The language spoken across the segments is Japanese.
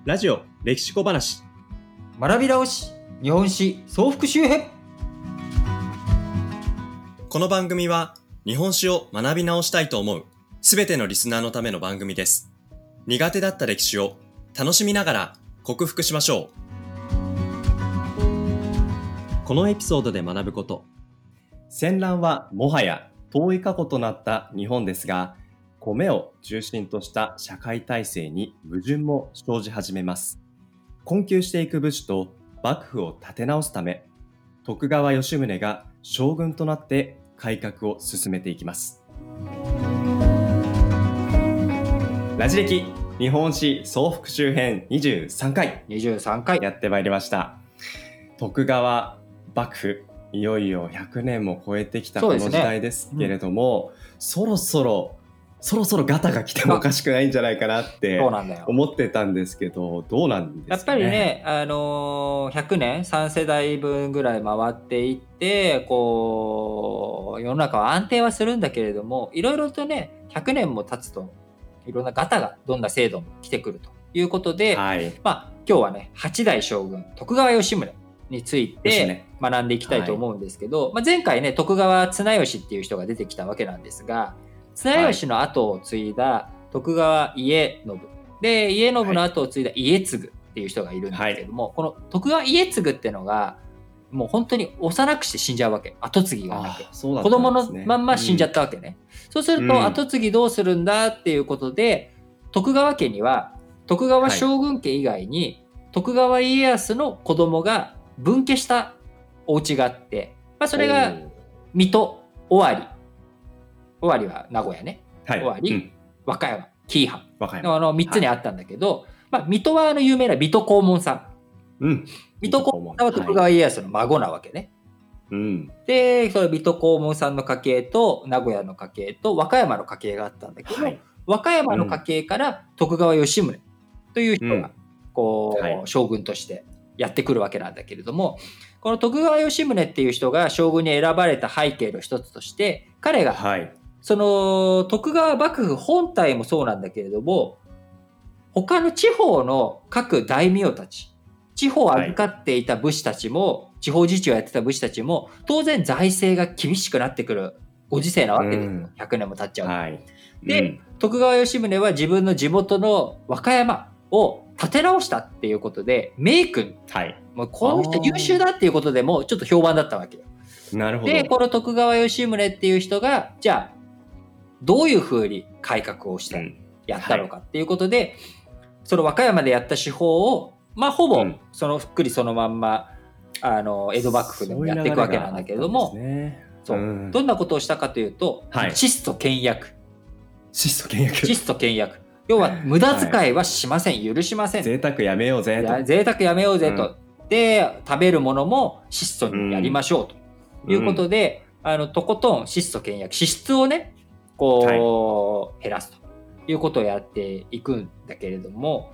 ラジオ歴史小話学び直し日本史総復習編。 この番組は日本史を学び直したいと思うすべてのリスナーのための番組です。苦手だった歴史を楽しみながら克服しましょう。このエピソードで学ぶこと。戦乱はもはや遠い過去となった日本ですが、米を中心とした社会体制に矛盾も生じ始めます。困窮していく武士と幕府を立て直すため、徳川吉宗が将軍となって改革を進めていきます。ラジ歴日本史総復習編23回やってまいりました。徳川幕府、いよいよ100年も超えてきたこの時代ですけれども、そろそろガタが来てもおかしくないんじゃないかなって思ってたんですけど、どうなんですかね。 やっぱりね、100年3世代分ぐらい回っていってこう世の中は安定はするんだけれども、いろいろとね100年も経つといろんなガタがどんな制度も来てくるということで、 はい、 今日はね8代将軍徳川吉宗について学んでいきたいと思うんですけど、前回ね徳川綱吉っていう人が出てきたわけなんですが、綱吉の後を継いだ徳川家信で、家信の後を継いだ家継っていう人がいるんですけども、この徳川家継っていうのがもう本当に幼くして死んじゃうわけ。後継ぎがなく、子供のまんま死んじゃったわけね。そうすると後継ぎどうするんだっていうことで、徳川家には徳川将軍家以外に徳川家康の子供が分家したお家があって、それが水戸、尾張は名古屋ね、尾張、和歌山、紀伊藩の3つにあったんだけど、水戸は有名な水戸黄門さん、水戸黄門さんは徳川家康の孫なわけね、でその水戸黄門さんの家系と名古屋の家系と和歌山の家系があったんだけど、和歌山の家系から徳川吉宗という人が将軍としてやってくるわけなんだけれども、この徳川吉宗っていう人が将軍に選ばれた背景の一つとして、彼が、その徳川幕府本体もそうなんだけれども、他の地方の各大名たち、地方を預かっていた武士たちも、地方自治をやってた武士たちも当然財政が厳しくなってくるご時世なわけですよ。100年も経っちゃう、で、徳川吉宗は自分の地元の和歌山を立て直したっていうことで、名君、もうこの人優秀だっていうことでもうちょっと評判だったわけよ。 なるほど。 でこの徳川吉宗っていう人がじゃあどういうふうに改革をしてやったのかっていうことで、その和歌山でやった手法をほぼそのふっくりそのまんま江戸幕府でもやっていくわけなんだけれども、どんなことをしたかというと、質素倹約。要は無駄遣いはしません、許しません。贅沢やめようぜと。で食べるものも質素にやりましょうということで、とことん質素倹約、支出をねこう減らすということをやっていくんだけれども、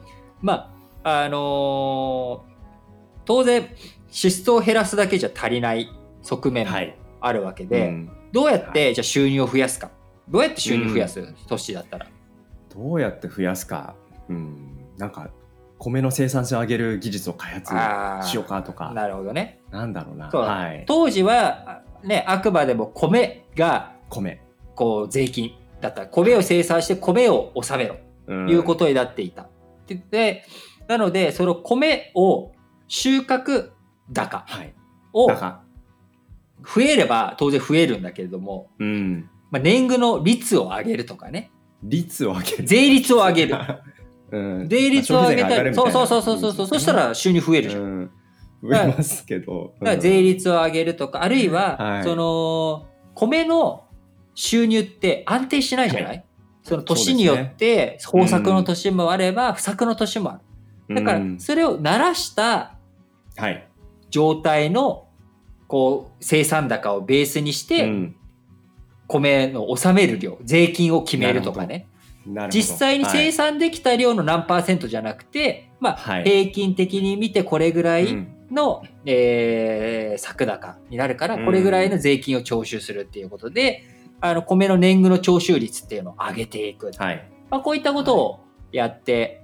当然支出を減らすだけじゃ足りない側面もあるわけで、どうやってじゃあ収入を増やすか、どうやって収入増やす、都市だったらどうやって増やすか、なんか米の生産性を上げる技術を開発しようかとか。 なるほどね。 なんだろうな。 当時はね、あくまでも米がこう税金だった。米を生産して米を納めろということになっていた。でなのでその米を収穫高を増えれば当然増えるんだけれども、年貢の率を上げるとかね。税率を上げる。税率を上げたり、そうそしたら収入増えるじゃん。 増えますけど。 だから税率を上げるとか、あるいは、その米の収入って安定しないじゃない？その年によって豊作の年もあれば不作の年もある。だからそれを慣らした状態のこう生産高をベースにして、米の納める量、税金を決めるとかね。実際に生産できた量の何%じゃなくて、平均的に見てこれぐらいの、作高になるからこれぐらいの税金を徴収するっていうことで、米の年貢の徴収率っていうのを上げていく、こういったことをやって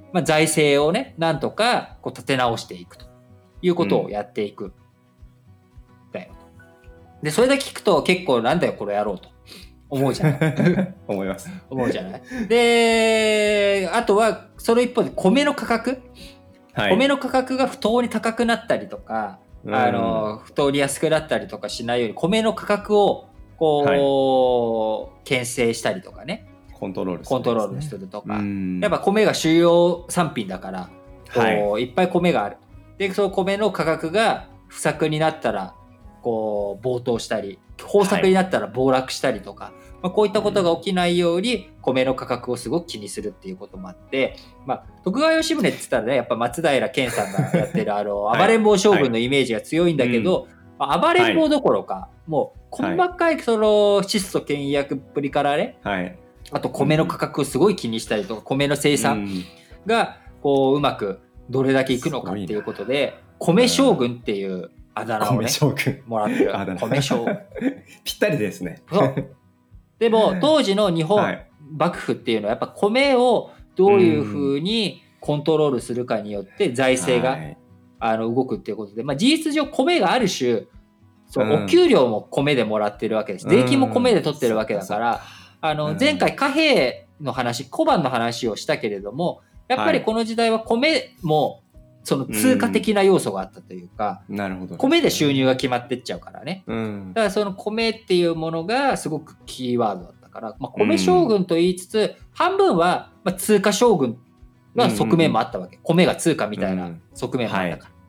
財政をね、なんとかこう立て直していくということをやっていく。だよ。で、それだけ聞くと結構なんだよこれやろうと思うじゃない。 思います。 思うじゃない。で、あとはその一方で米の価格、米の価格が不当に高くなったりとか、不当に安くなったりとかしないように米の価格をこう、牽制したりとかね、 コントロールするとか、やっぱ米が主要産品だからこう、いっぱい米がある。で、その米の価格が不作になったらこう暴騰したり、豊作になったら暴落したりとか、こういったことが起きないように米の価格をすごく気にするっていうこともあって、徳川吉宗って言ったらね、やっぱ松平健さんがやってる暴れん坊将軍のイメージが強いんだけど、暴れん坊どころか、もう細かいその質素倹約っぷりからね、あと米の価格をすごい気にしたりとか、米の生産がこううまくどれだけいくのかっていうことで、米将軍っていうあだ名をねもらってる。米将軍ぴったりですね。 でも当時の日本幕府っていうのはやっぱ米をどういうふうにコントロールするかによって財政が動くっていうことで、事実上米がある種お給料も米でもらってるわけです。税金も米で取ってるわけだから、前回貨幣の話、小判の話をしたけれども、やっぱりこの時代は米もその通貨的な要素があったというか、米で収入が決まってっちゃうからね。だからその米っていうものがすごくキーワードだったから、米将軍と言いつつ、半分は通貨将軍が側面もあったわけ。米が通貨みたいな側面もあったから。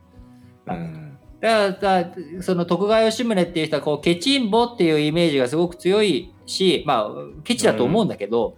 だからその徳川吉宗っていう人はこうケチンボっていうイメージがすごく強いし、ケチだと思うんだけど、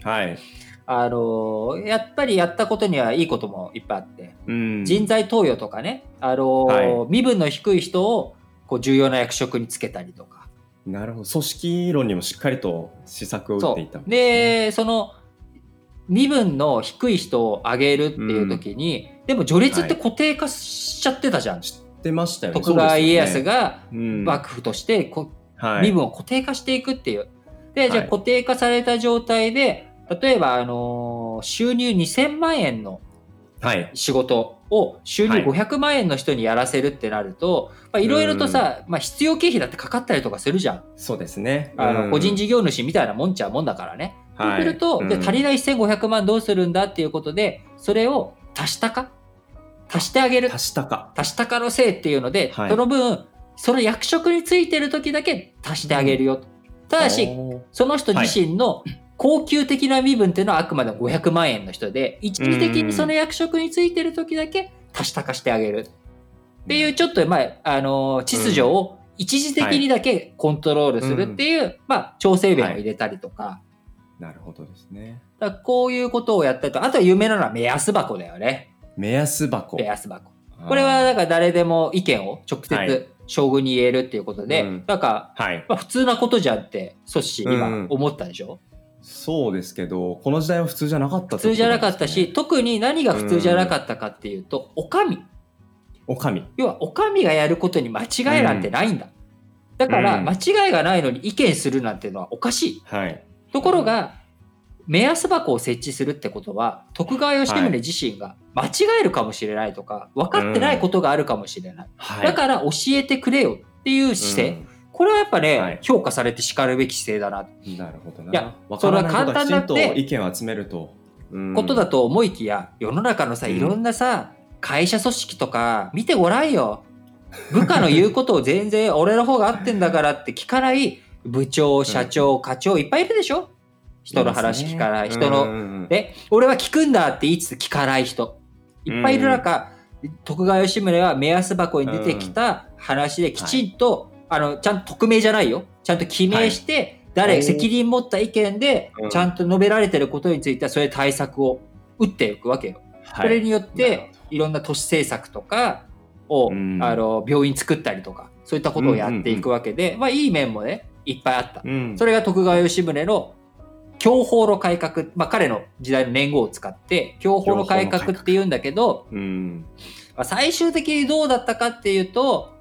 やっぱりやったことにはいいこともいっぱいあって、人材登用とかね、身分の低い人をこう重要な役職につけたりとか。 なるほど。組織論にもしっかりと施策を打っていたんですね。 で、その身分の低い人を上げるっていう時に、でも序列って固定化しちゃってたじゃん。 知ってましたよね。 徳川家康が幕府として身分を固定化していくっていう。で、じゃあ固定化された状態で、例えば、収入2000万円の仕事を収入500万円の人にやらせるってなると、いろいろとさ、必要経費だってかかったりとかするじゃん。 そうですね。 個人事業主みたいなもんちゃうもんだからね。そうすると、足りない1500万どうするんだっていうことで、それを足したか足してあげる。足したかのせいっていうので、その分、その役職についてる時だけ足してあげるよ。ただし、その人自身の高級的な身分っていうのはあくまでも500万円の人で、一時的にその役職についてる時だけ足したかしてあげる。っていう、ちょっと、秩序を一時的にだけコントロールするっていう、調整弁を入れたりとか。 なるほどですね。 だからこういうことをやったりと、あとは有名なのは目安箱だよね。 目安箱。 これはだから誰でも意見を直接将軍に言えるっていうことで、なんか、普通なことじゃんってソッシー今思ったでしょ。 そうですけど、この時代は普通じゃなかったってことですね。 普通じゃなかったし、特に何が普通じゃなかったかっていうと、お上。要はお上がやることに間違いなんてないんだ。だから間違いがないのに意見するなんていうのはおかしい。ところが、目安箱を設置するってことは、徳川吉宗自身が間違えるかもしれないとか、分かってないことがあるかもしれない。だから教えてくれよっていう姿勢。これはやっぱね、評価されて叱るべき姿勢だな。 なるほどな。 いや、それは簡単だって意見を集めるとことだと思いきや、世の中のさ、いろんなさ、会社組織とか見てごらんよ。部下の言うことを全然俺の方が合ってんだからって聞かない部長、社長、課長いっぱいいるでしょ。人の話聞かない、人の、俺は聞くんだって言いつつ聞かない人いっぱいいる中、徳川吉宗は目安箱に出てきた話できちんと、ちゃんと匿名じゃないよ。ちゃんと記名して、責任持った意見で、ちゃんと述べられてることについては、それ対策を打っていくわけよ。それによって、いろんな都市政策とかを、病院作ったりとか、そういったことをやっていくわけで、いい面もね、いっぱいあった。それが徳川吉宗の享保の改革、彼の時代の年号を使って、享保の改革って言うんだけど、最終的にどうだったかっていうと、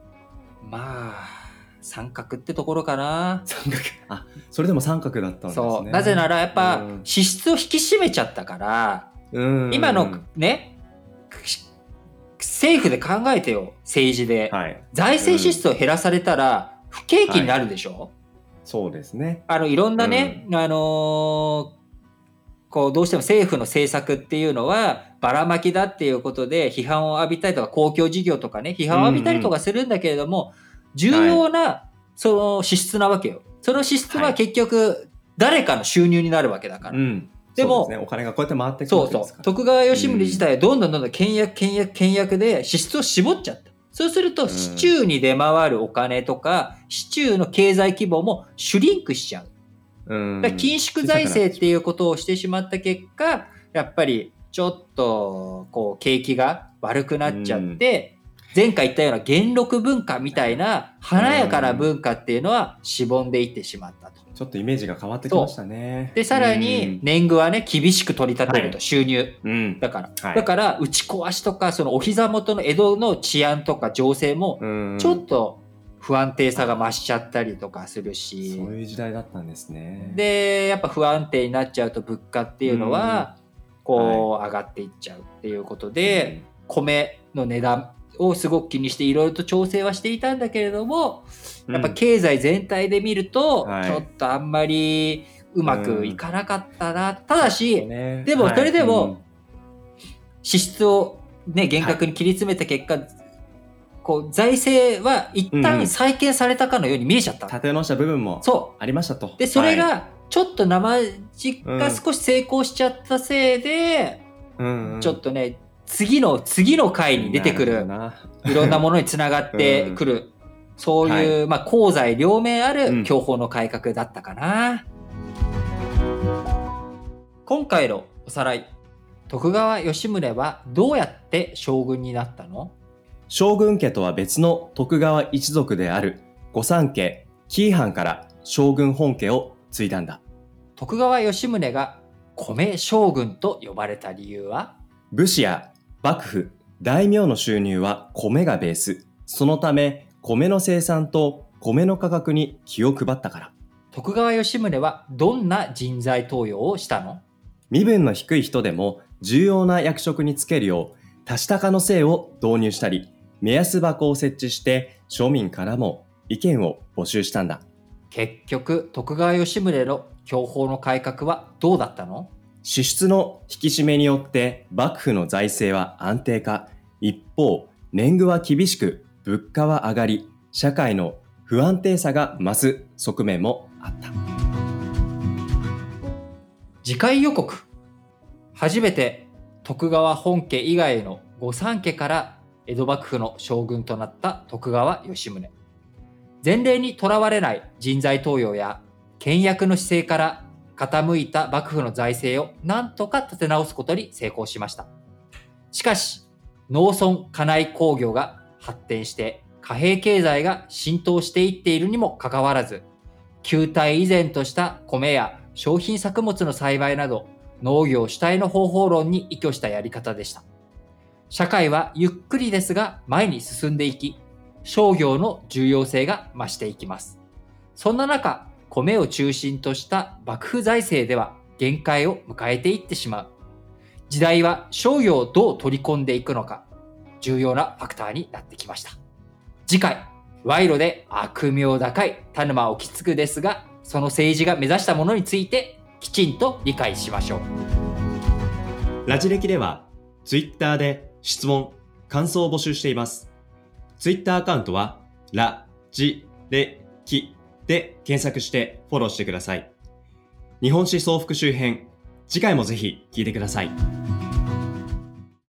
三角ってところかな。 それでも三角だったんですね。 そう。なぜならやっぱ支出を引き締めちゃったから、 今のね、政府で考えてよ、政治で。はい、財政支出を減らされたら不景気になるでしょ、はい、 そうですね。 いろんなね、こうどうしても政府の政策っていうのはばらまきだっていうことで批判を浴びたりとか、公共事業とかね、批判を浴びたりとかするんだけれども、重要なその支出なわけよ。その支出は結局誰かの収入になるわけだから。でも、 そうですね、お金がこうやって回ってくるわけですから。 徳川吉宗自体はどんどん倹約で支出を絞っちゃった。そうすると市中に出回るお金とか、市中の経済規模もシュリンクしちゃう。だから緊縮財政っていうことをしてしまった結果、やっぱりちょっとこう景気が悪くなっちゃって、前回言ったような元禄文化みたいな華やかな文化っていうのはしぼんでいってしまったと。 ちょっとイメージが変わってきましたね。 で、さらに年貢はね、厳しく取り立てると、収入。だから、打ち壊しとか、そのお膝元の江戸の治安とか情勢も、ちょっと不安定さが増しちゃったりとかするし。 そういう時代だったんですね。 で、やっぱ不安定になっちゃうと物価っていうのは、こう上がっていっちゃうっていうことで、米の値段をすごく気にしていろいろと調整はしていたんだけれども、やっぱ経済全体で見ると、ちょっとあんまりうまくいかなかったな。ただし、でもそれでも、支出をね、厳格に切り詰めた結果、こう財政は一旦再建されたかのように見えちゃった。 立て直した部分もありましたと。 で、それがちょっと生地が少し成功しちゃったせいで、ちょっとね、次の回に出てくるいろんなものにつながってくる、そういう、功罪両面ある享保の改革だったかな。今回のおさらい、徳川吉宗はどうやって将軍になったの？ 将軍家とは別の徳川一族である御三家紀伊藩から将軍本家を継いだんだ。 徳川吉宗が米将軍と呼ばれた理由は？ 武士や幕府、大名の収入は米がベース。そのため米の生産と米の価格に気を配ったから。 徳川吉宗はどんな人材登用をしたの？ 身分の低い人でも重要な役職に就けるよう多子高の制を導入したり、目安箱を設置して庶民からも意見を募集したんだ。 結局徳川吉宗の享保の改革はどうだったの？ 支出の引き締めによって幕府の財政は安定化。一方、年貢は厳しく物価は上がり、社会の不安定さが増す側面もあった。 次回予告。初めて徳川本家以外の御三家から江戸幕府の将軍となった徳川吉宗。前例にとらわれない人材登用や倹約の姿勢から傾いた幕府の財政を何とか立て直すことに成功しました。しかし、農村家内工業が発展して貨幣経済が浸透していっているにもかかわらず、旧態依然とした米や商品作物の栽培など農業主体の方法論に依拠したやり方でした。社会はゆっくりですが前に進んでいき、商業の重要性が増していきます。そんな中、米を中心とした幕府財政では限界を迎えていってしまう。時代は商業をどう取り込んでいくのか、重要なファクターになってきました。次回、賄賂で悪名高い田沼意次ですが、その政治が目指したものについてきちんと理解しましょう。ラジ歴では、Twitter で質問、感想を募集しています。Twitter アカウントは、ラジレキで検索してフォローしてください。日本史総復習編、次回もぜひ聞いてください。